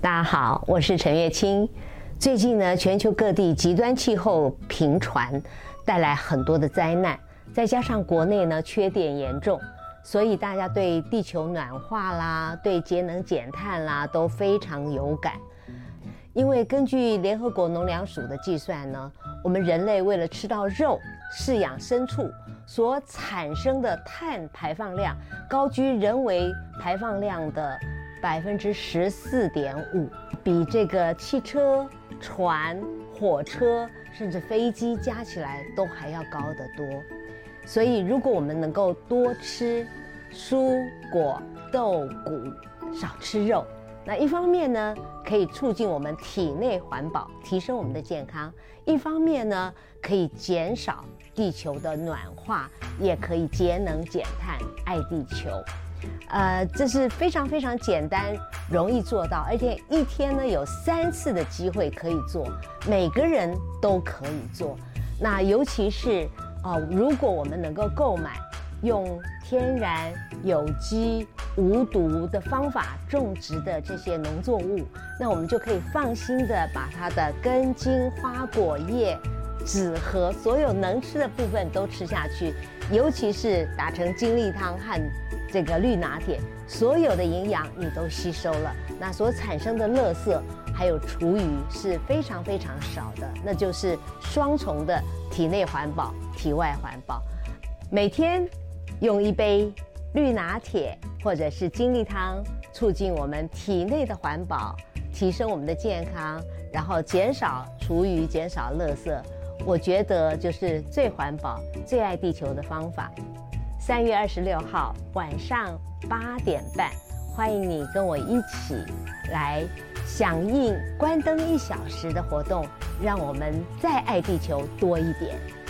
大家好，我是陈月清。最近呢，全球各地极端气候频传，带来很多的灾难，再加上国内呢缺电严重，所以大家对地球暖化啦、对节能减碳啦都非常有感。因为根据联合国农粮署的计算呢，我们人类为了吃到肉、饲养牲畜所产生的碳排放量，高居人为排放量的14.5%，比这个汽车、船、火车甚至飞机加起来都还要高得多。所以如果我们能够多吃蔬果、豆谷，少吃肉，那一方面呢可以促进我们体内环保，提升我们的健康；一方面呢可以减少地球的暖化，也可以节能减碳，爱地球。这是非常非常简单容易做到，而且一天呢有3次的机会可以做，每个人都可以做。那尤其是如果我们能够购买用天然、有机、无毒的方法种植的这些农作物，那我们就可以放心的把它的根茎、花果叶、籽核所有能吃的部分都吃下去，尤其是打成精力汤和这个绿拿铁，所有的营养你都吸收了，那所产生的垃圾还有厨余是非常非常少的，那就是双重的体内环保、体外环保。每天用一杯绿拿铁或者是精力汤，促进我们体内的环保，提升我们的健康，然后减少厨余、减少垃圾，我觉得就是最环保、最爱地球的方法。3月26号晚上8点半，欢迎你跟我一起来响应关灯1小时的活动，让我们再爱地球多一点。